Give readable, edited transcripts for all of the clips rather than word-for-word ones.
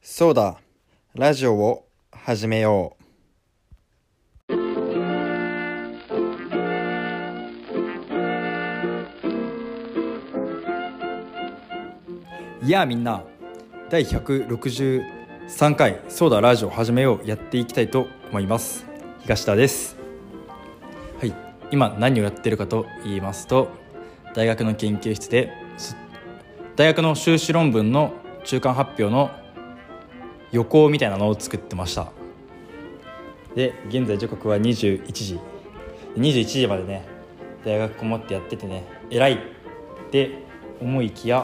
そうだ、ラジオを始めよう。いやみんな、第163回そうだラジオを始めようやっていきたいと思います。東田です。はい、今何をやってるかと言いますと、大学の研究室で大学の修士論文の中間発表の予行みたいなのを作ってました。で、現在時刻は21時までね、大学こもってやっててね、偉いって思いきや、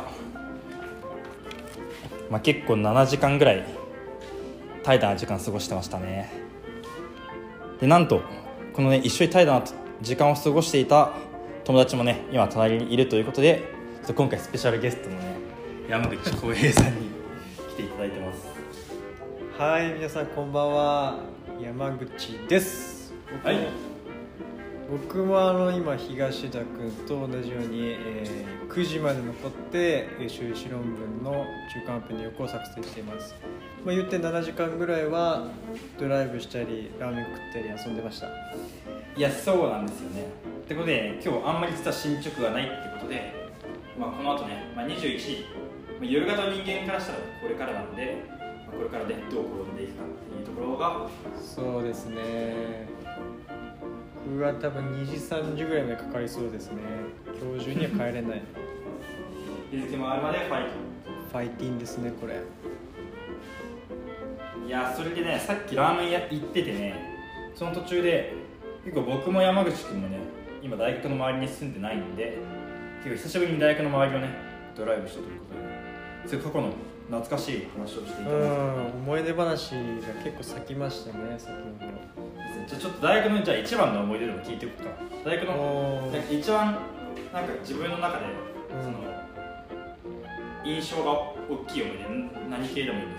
結構7時間ぐらい怠惰な時間過ごしてましたね。で、なんとこのね、一緒に怠惰な時間を過ごしていた友達もね、今隣にいるということで、今回スペシャルゲストのね、山口浩平さんに来ていただいてます。 はい、皆さんこんばんは、山口です。僕も今東田君と同じように、9時まで残って修士論文の中間発表の予行を作成しています。言って7時間ぐらいはドライブしたりラーメン食ったり遊んでました。 いや、そうなんですよね。ってことで、今日あんまり実は進捗がないってことで、この後ね、21時、夜型の人間からしたらこれからなんで、これからね、どう転んでいくかっていうところが。 そうですね、僕は多分2時3時ぐらいまでかかりそうですね。今日中には帰れない日付もあるまでファイティンですね、これ。 いや、それでね、さっきラーメン屋行っててね、その途中で結構僕も山口君もね、今大学の周りに住んでないんで、結構久しぶりに大学の周りをねドライブしたということで、そういう過去の懐かしい話をしていたんです。 思い出話が結構咲きましたね、先ほど。 じゃあちょっと大学の一番の思い出でも聞いておくか。大学の一番自分の中で、その印象が大きい思い出、何系でもいいんです。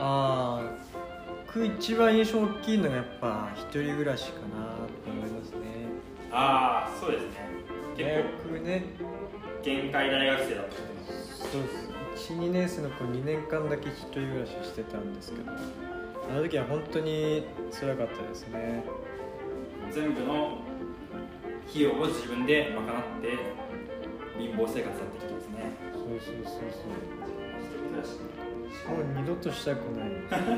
僕一番印象大きいのがやっぱ一人暮らしかなと思いますね。 そうですね。結構ね、 限界大学生だったけど。 そうです。1、2年生の子2年間だけ一人暮らししてたんですけど、あの時は本当に辛かったですね。 全部の費用を自分で賄って貧乏生活だった時ですね。 そう一人暮らしもう二度としたくないあの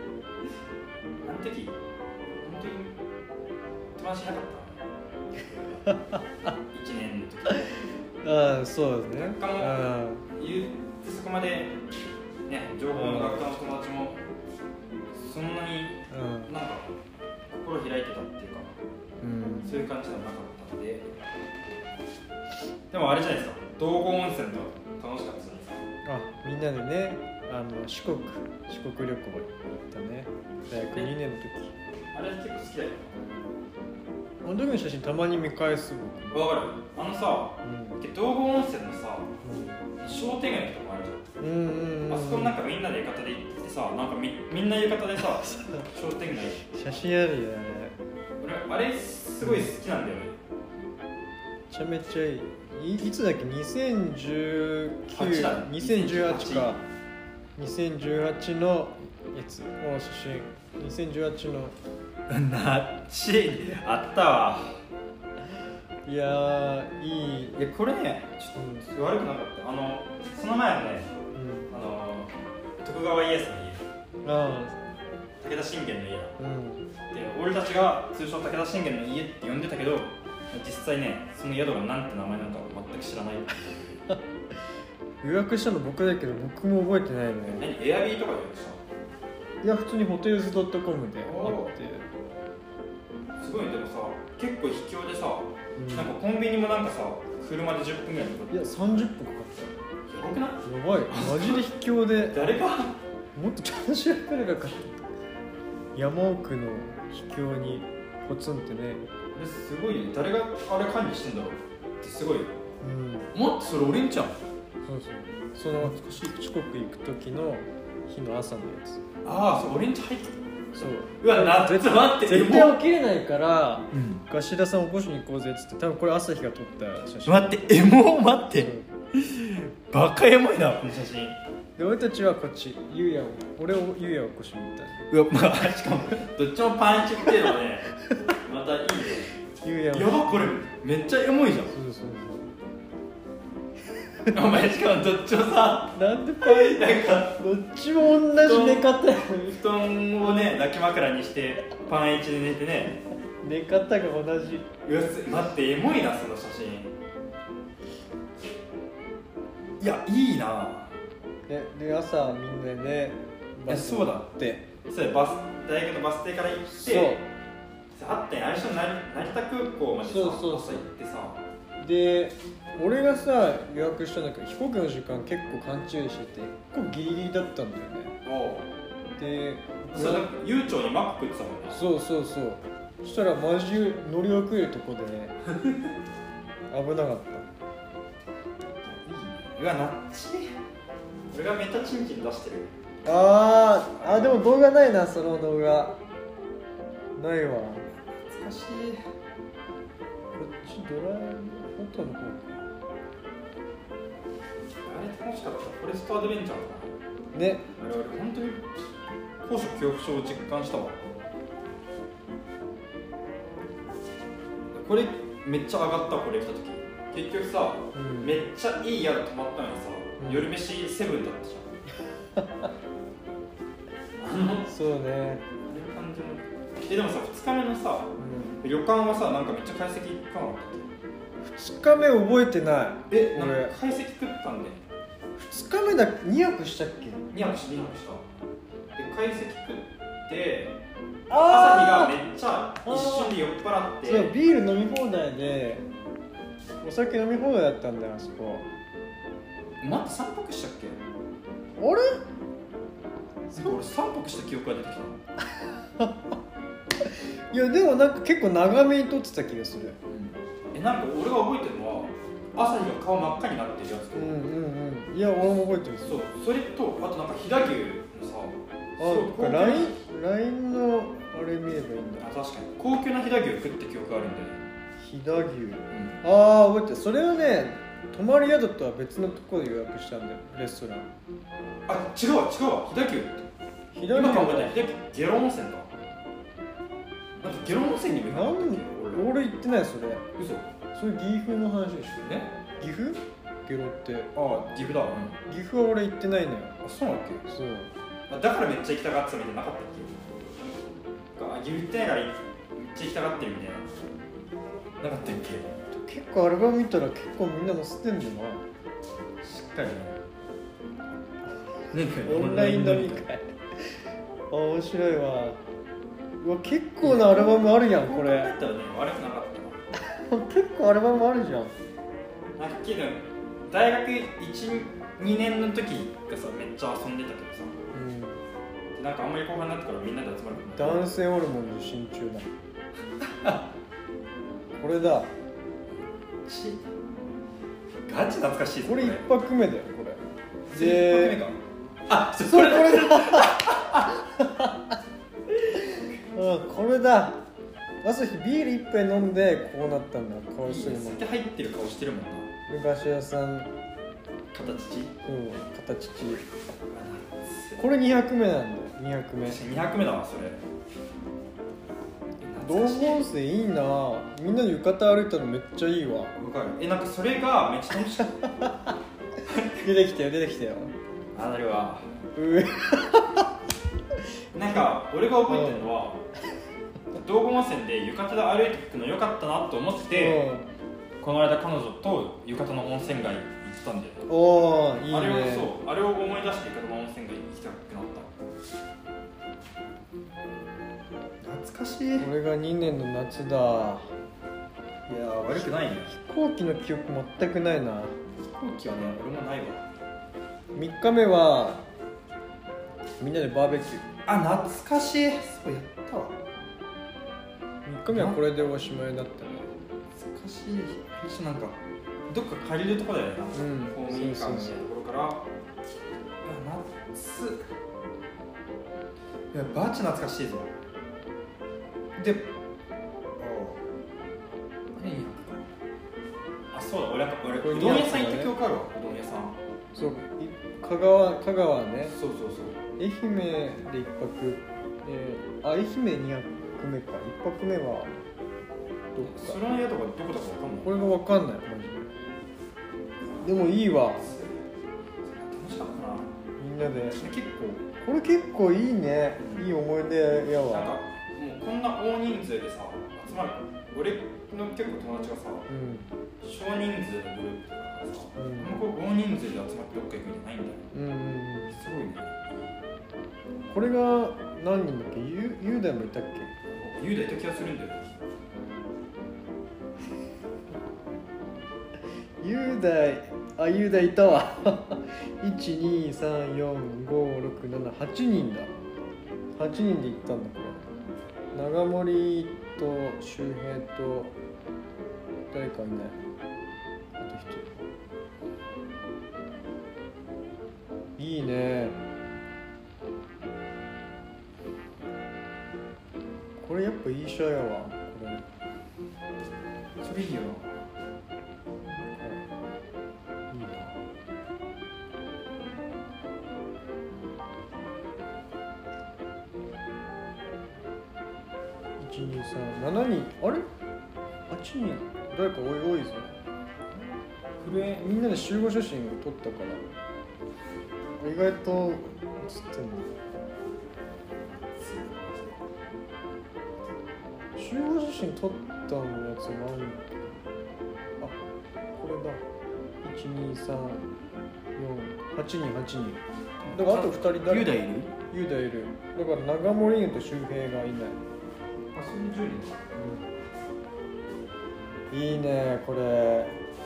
時本当に友達いなかった1年の時。 そうですね。 そこまでね、情報の学科の友達もそんなに心開いてたっていうか、そういう感じではなかったので。でもあれじゃないですか、道後温泉と楽しかったじゃないですか。 みんなでね、四国旅行行ったね、大学2年の時。 あれ結構好きだよ。 あの時の写真たまに見返す。 わかる。道後温泉のさ、商店街のとこあるじゃん。あそこみんなで浴衣で行ってさ、みんな浴衣でさ商店街写真あるよね。 俺あれすごい好きなんだよね。 めちゃめちゃいい。いつだっけ、2018か2018のやつの写真。2018のあったわ。 いやー、いい。 これね、ちょっと悪くなかった。その前のね、徳川家康の家、武田信玄の家だ、で俺たちが通称武田信玄の家って呼んでたけど、実際ね、その宿がなんて名前なのか全く知らない予約したの僕だけど、僕も覚えてないね。 何、エアビーとかで予約したの？ いや、普通にホテルズ .com で行って。 すごいね。でもさ、結構秘境でさ、コンビニもさ、車で10分ぐらいで。 いや、30分かかった。 やばくない？ やばい、マジで秘境で誰かもっと30分かかった。山奥の秘境にポツンってね。 すごいね。誰があれ管理してんだろうってすごいよ。もっとそれ俺んちゃん。 その四国行く時の日の朝のやつ。 そう、俺んち入ってた。 そう。 うわ、絶対起きれないから、ガシラさん起こしに行こうぜっつって、多分これ朝日が撮った写真。 待って、待って、バカエモいなこの写真。 で俺たちはこっちゆうやを俺をゆうやを起こしに行ったうわ、まあ、しかもどっちもパンチっていうのはねまたいいね。 ゆうやをやば、これめっちゃエモいじゃん。 そうそうお前しかもどっちもさ、 なんでパンなんかどっちも同じ寝方や布団をね抱き枕にしてパンイチで寝てね。 寝方が同じ。 うわ、待って、エモいなその写真。いや、いいな。 で朝みんなでバスそうだってそれ大学のバス停から行ってそうあってあれしょ、成田空港までさ、 そうそうそう朝行ってさ。 で俺がさ予約したんだけど飛行機の時間結構勘違いしてて結構ギリギリだったんだよね。でそれなんか悠長にマック食ってたもんね。 そうそうそうそしたらマジ乗り遅れるとこでね危なかった。 うわ、なっち俺がめっちゃチンチン出してる。 あでも動画ないな、その動画ないわ。 懐かしい。 こっちドライブフォトの方か。 あれ楽しかった。フォレストアドベンチャーかな。 ね、 あれ本当に高所恐怖症を実感したわ。これめっちゃ上がった。これ来た時結局さ、めっちゃいい宿泊まったのにさ、夜飯セブンだったじゃん。 そうね。 あれ感じのでもさ、2日目のさ、旅館はさ、なんかめっちゃ解析行かなかったっ 2日目覚えてない。 なんか解析食ったんで。 2日目だ2泊したっけ。 2泊したで、解析食って朝日がめっちゃ一瞬で酔っ払って。 そう、ビール飲み放題でお酒飲み放題だったんだよ、あそこ。 待って、3泊したっけ。 あれ俺3泊した記憶が出てきた。 いやでもなんか結構長めに撮ってた気がする。 なんか俺が覚えてるのは朝日が顔真っ赤になってるやつと、 いや俺も覚えてる。 そう、それとあとなんか飛騨牛のさ、 LINE のあれ見ればいいんだ。 確かに高級な飛騨牛食って記憶があるんで。 飛騨牛、覚えてる。それはね、泊まる宿とは別のところで予約したんだよ、レストラン。 違うわ飛騨牛って今考えたら飛騨牛ゲロ温泉だ。なんかゲロ温泉にも行かなかったっけ。 俺行ってない。それ嘘。 それ岐阜の話でしょ。 ね、 岐阜ゲロって。 岐阜だ。 岐阜は俺行ってないのよ。 そうなっけ。 そうだからめっちゃ行きたがってたみたいななかったっけ。岐阜行ってないからめっちゃ行きたがってるみたいななかったっけ。 結構アルバム見たら結構みんな載せてんだよな、 しっかりね。 オンライン飲み会面白いわ。うわ、結構なアルバムあるやん、これ。 だったらね、悪くなかったな。 結構アルバムあるじゃん。 なんかけど大学 1,2 年の時がさ、めっちゃ遊んでたけどさ、なんかあんまり後半になってからみんなで集まることない。 男性ホルモン受診中だこれだ。 ガチ懐かしい。 これ1泊目だよ、これ。 で、1泊目か。 それこれだこれだ。朝日ビール1杯飲んでこうなったんだ。顔してるもん。 酒入ってる顔してるもんな。 菓子屋さん形。 形。これ2泊目なんだよ。2泊目。 2泊目だわ、それ。 道後温泉いいな。みんなで浴衣歩いたのめっちゃいいわ。 わかる。なんかそれがめっちゃ楽しかった出てきたよ。 あれはなんか俺が覚えてるのは、道後温泉で浴衣で歩いていくの良かったなと思って、この間彼女と浴衣の温泉街行ったんだよ。 おー、いいね。 あれを思い出して浴衣の温泉街行きたくなった。懐かしい。 これが2年の夏だ。 いやー、悪くないね。 飛行機の記憶全くないな。 飛行機はね、俺もないわ。 3日目はみんなでバーベキュー。 懐かしい。そうやったわ。 3日目はこれでおしまいだったね。 懐かしい。なんかどっか借りるとこだよね。公民館のところから。夏。いや、バチ懐かしいぞ。で、そうだ、俺うどん屋さん行った記憶あるわ。うどん屋さん。 そう、 香川ね。 そうそうそう。 愛媛で1泊、愛媛2泊目か。1泊目はどっか。 その宿がどこだか分かんない。 これが分かんないマジで。でもいいわ。 楽しかったな。 みんなで。 結構これ結構いいね。いい思い出やわ。 なんかもうこんな大人数でさ集まる。俺の結構友達がさ、少人数のグループとかさ、こう大人数で集まってどっか行くんじゃないんだよ。すごいね。 これが何人だっけ？雄大もいたっけ？ 雄大いた気がするんだよ。 雄大いたわ。1、2、3、4、5、6、7、8人だ。8人で行ったんだこれ。長森と周平と誰かいない。あと1人。いいね。これやっぱいい車やわ。これそれいいよな。 いいな。1、2、3、7人。あれ ?8 人。誰か多いぞ。みんなで集合写真を撮ったから意外と写ってんの。集合写真撮ったのやつもあるんだけど、あ、これだ。1、2、3、4、8人、8人。だからあと2人誰？ 雄大いる？ 雄大いる。だから長森犬と周平がいない。 あ、それ10人だ。 いいね、これ。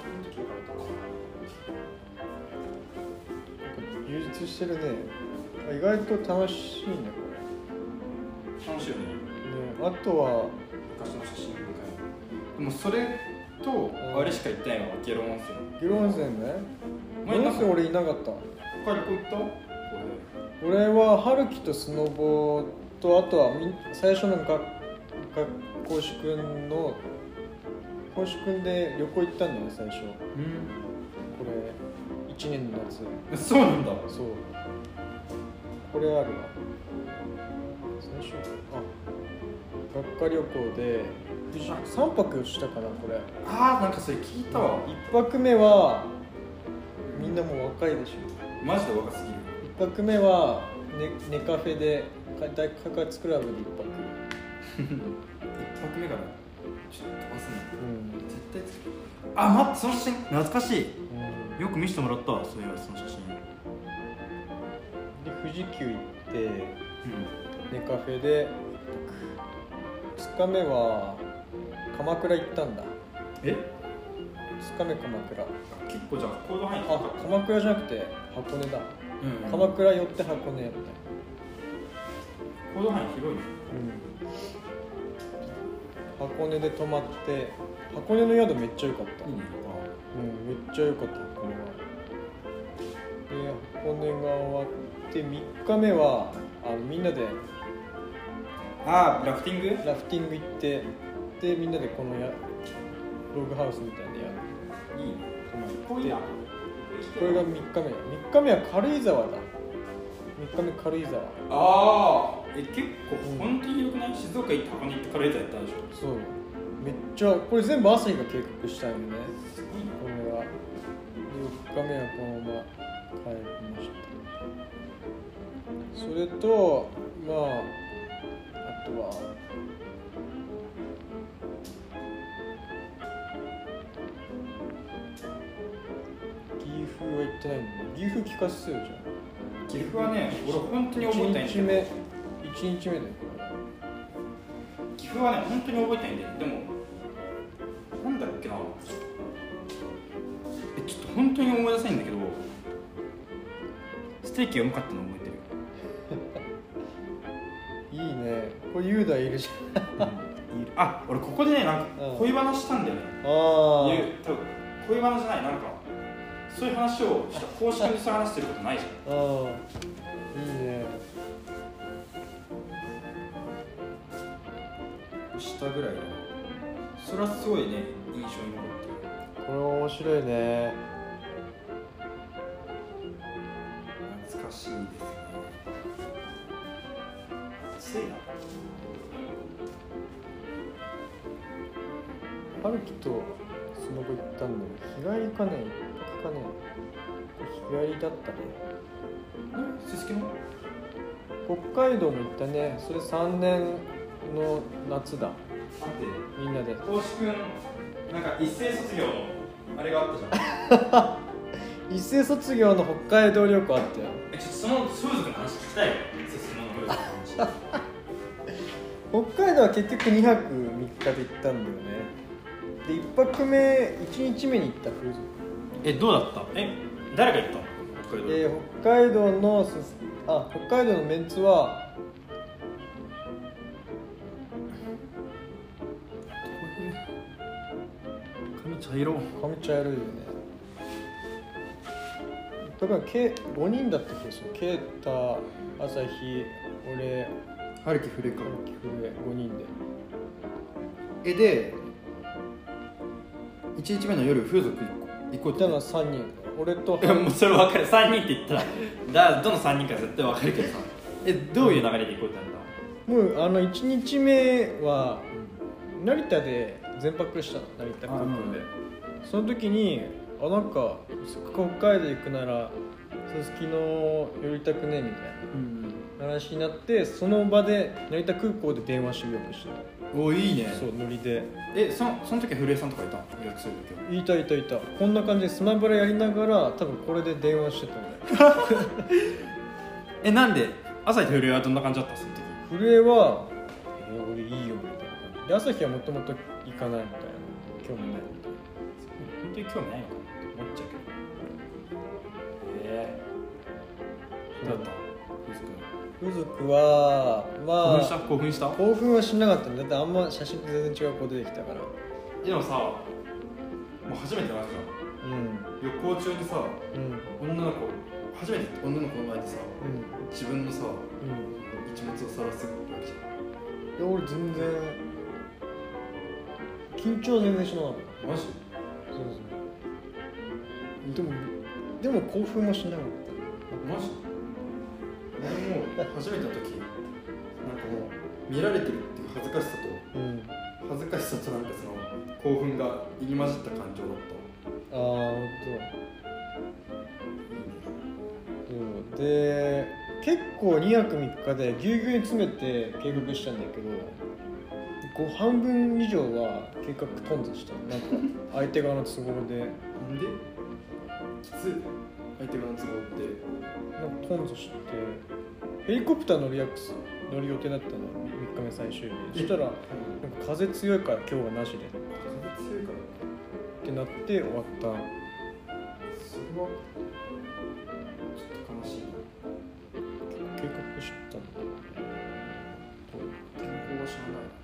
充実してるね。意外と楽しいね、こ楽しいよね。 れ。ね、あとは昔の写真みたいな。でもそれとあれしか行ってないのがゲロ温泉。 ゲロ温泉ね。ゲロ温泉俺いなかった。 他どこ行った？ 俺は春樹とスノボと、あとは最初の講師くんの講師くんで旅行行ったんだよね最初。これ1年の夏。 そうなんだ。 そう。これあるわ。最初学科旅行で3泊したかなこれ。 ああ、なんかそれ聞いたわ。 1泊目はみんなもう若いでしょ。 マジで若すぎる。 1泊目はネカフェで大カツクラブで1泊。 1泊目からちょっと飛ばすの。絶対作る。あ、待って、その写真懐かしい。よく見せてもらったわ、そういえばその写真。 で富士急行って、ネカフェで1泊。2日目は鎌倉行ったんだ。 え 2日目鎌倉。 結構じゃあ行動範囲あ、鎌倉じゃなくて箱根だ。鎌倉寄って箱根みたいな。 行動範囲広いね。 箱根で泊まって、箱根の宿めっちゃ良かった。 いいね。 めっちゃ良かった箱根は。で箱根が終わって3日目はみんなでああ、ラフティング行って、でみんなでこのログハウスみたいな宿いいね。 泊まって、これが3日目。3日目は軽井沢だ。3日目軽井沢。 ああ、結構本当に広くない？静岡行って箱根行って軽井沢やったでしょ。 そう、めっちゃこれ全部朝日が計画したいよね。これは。で4日目はこのまま帰りました。それとまああとは岐阜は行ってないんだね。岐阜聞かせよじゃん。 岐阜はね、俺本当に覚えたいんだけど。 1日目だよ。 岐阜はね、本当に覚えたいんだよ。でもなんだっけな、ちょっと本当に思い出せないんだけど、ステーキがうまかったの覚えてる。 いいね。これ雄大いるじゃん。 あ、俺ここでね、なんか恋バナしたんだよね。 ああ。 多分恋バナじゃない、なんかそういう話をした。公式にそういう話してることないじゃん。 ああ、いいね。 したぐらいだな。それはすごいね、印象に残ってる。 これ面白いね。 安いな。 春樹とその後行ったんだけど、日帰りかね、一泊かね、日帰りだったね。 すすきの北海道も行ったね。それ3年の夏だ。みんなで。 公式君なんか一斉卒業のあれがあったじゃん。 一斉卒業の北海道旅行あったよ。 ちょっとその風俗の話聞きたいよ。すすきのの風俗の話。 北海道は結局2泊3日で行ったんだよね。で1泊目1日目に行った風俗。 どうだった？誰が行ったの？北海道。 北海道の北海道のメンツは髪茶色。 髪茶色いよね。だから5人だった気がする。ケイタ、朝日、俺、 春樹フレか。 春樹フレ5人で。 で1日目の夜風俗行こうって行ったのは3人。俺といやもうそれ分かる。3人って言ったらどの3人か絶対分かるけどさ、どういう流れで行こうってなった？ もう1日目は成田で全泊したの。成田空港で。その時になんか北海道行くならすすきの寄りたくねみたいな話になって、その場で成田空港で電話して予約してた。 おいいね。 そうノリで。 その時は古江さんとかいたの？予約する時は。 いたこんな感じでスマブラやりながら多分これで電話してた俺。 なんで朝日と古江はどんな感じだった？その時古江は俺いいよみたいな感じで、朝日はもともと行かないみたいな、興味ないみたいな。 本当に興味ないのかなって思っちゃうけど。どうだった？ 風俗はまあ興奮した？ 興奮はしなかったね。だってあんま写真と全然違う子出てきたから。 でもさ、もう初めての話じゃん。旅行中にさ、女の子初めて女の子の前でさ、自分のさ、一物を晒すわけじゃん。 いや俺全然緊張全然しなかった。 マジ？ そうでも興奮もしなかった。 マジ？俺も初めての時なんかもう見られてるっていう恥ずかしさと、恥ずかしさとなんかその興奮が入り混じった感情だった。 本当。で結構2泊3日でぎゅうぎゅうに詰めて計画したんだけど、半分以上は計画頓挫した。なんか相手側の都合で。 なんで？きつい。相手側の都合ってなんか頓挫して、ヘリコプター乗る予定だったの。3日目最終日。そしたらなんか風強いから今日はなしで。 風強いからってなって終わった。 それはちょっと悲しいな。 計画したんだよね。 健康は知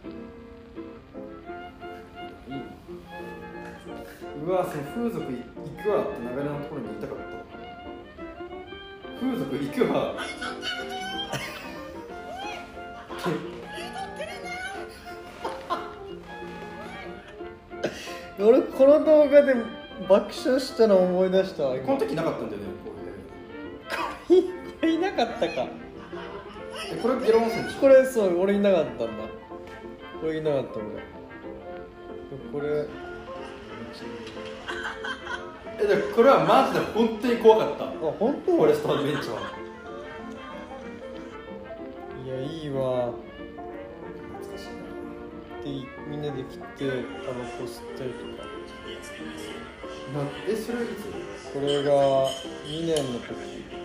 らない。いい。うわ、その風俗行くわって流れのところに言いたかった。風俗行くわ俺この動画で爆笑したの思い出した。 この時なかったんだよね、 これいなかったか。 これゲロ温泉でしょ。 これそう俺いなかったんだ。これいなかった俺。これだからこれはマジで本当に怖かった。 本当？ フォレストアドベンチャー。 いやいいわ。 懐かしいな。 でみんなで来てタバコ吸ったりとか。 それはいつ？ これが2年の時。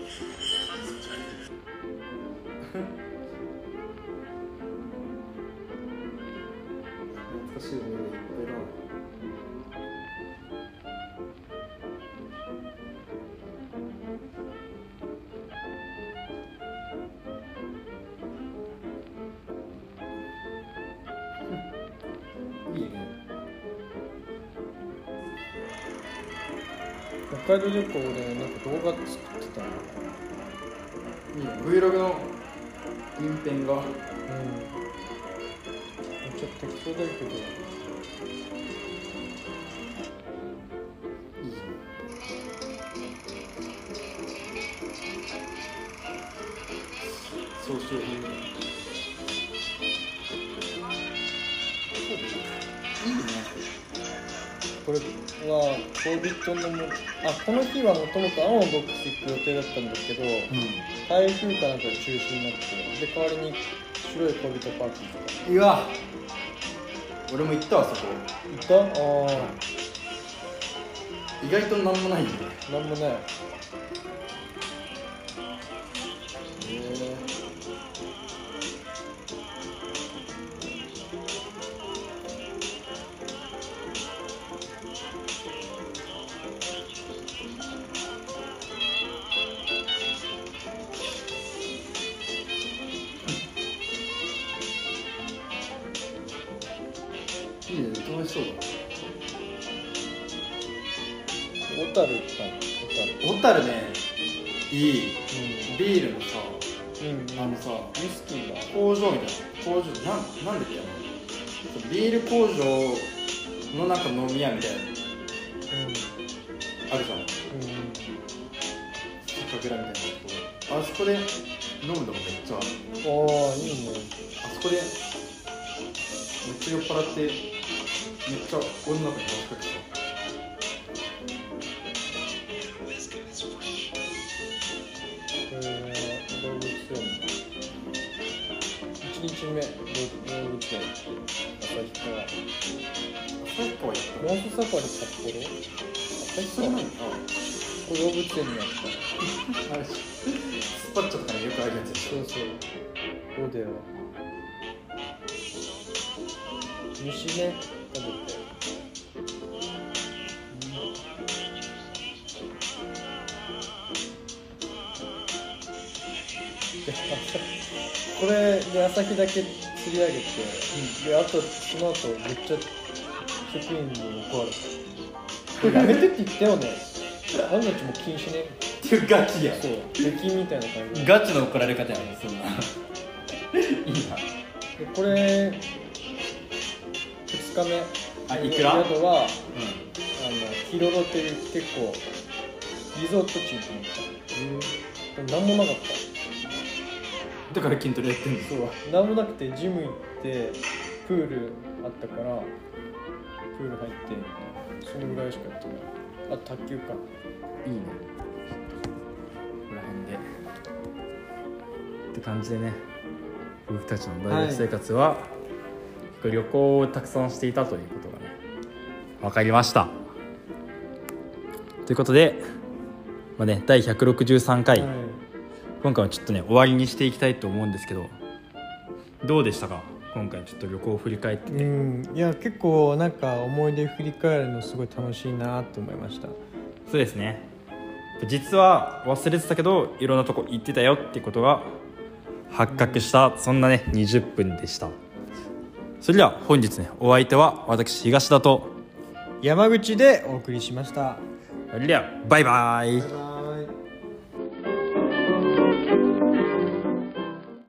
懐かしい思い出いっぱいだな。いいね。 北海道旅行でなんか動画作ってたの。 いいね。Vlog の影片が。 ちょっと適当だけど。 いいね。総集編。 は恋人のもこの日はもともと青のボックス行く予定だったんだけど、台風かなんかで中止になって、で代わりに白い恋人パーティーとか。 うわ俺も行ったわそこ。 行った？ 意外となんもないよね。 なんもない。 いいね、楽しそうだ。 小樽行ったの？ 小樽ね、いい、ビールのさ、 ウイスキーが工場みたいな工場なんだっけビール工場のなんか飲み屋みたいな、あるじゃん、酒蔵みたいなとこ。あそこで飲むのもめっちゃいいね。 あそこでめっちゃ酔っ払ってめっちゃ女の子に話しかけてた。 動物園1日目動物園旭川旭川行ったモンスサファリ札幌旭川これ動物園にあったあれスパッチョとかによくあるやつでしょ。 そうロデオ虫ね食べてこれで朝日だけ釣り上げて、であとその後めっちゃ職員に怒られた。これやめてって言ったよね。あんたちも禁止ね。 っていうガチや。 そう出禁みたいな感じ。 ガチの怒られ方やねそんな。いいな。 でこれ2日目いくら？ 宿は、ヒロロっていう結構リゾート地に泊まった。なんもなかった。 だから筋トレやってんの。 そうなんもなくてジム行ってプールあったからプール入ってそのぐらいしかやってない。あと卓球か。 いいね。ここら辺でって感じでね、僕たちの大学生活は、旅行をたくさんしていたということがね分かりました。ということで、第163回、今回はちょっとね終わりにしていきたいと思うんですけど、どうでしたか今回ちょっと旅行を振り返ってて。 いや結構なんか思い出振り返るのすごい楽しいなと思いました。 そうですね、実は忘れてたけどいろんなとこ行ってたよってことが発覚した、そんなね20分でした。それでは本日ねお相手は私東田と山口でお送りしました。 それではバイバイ。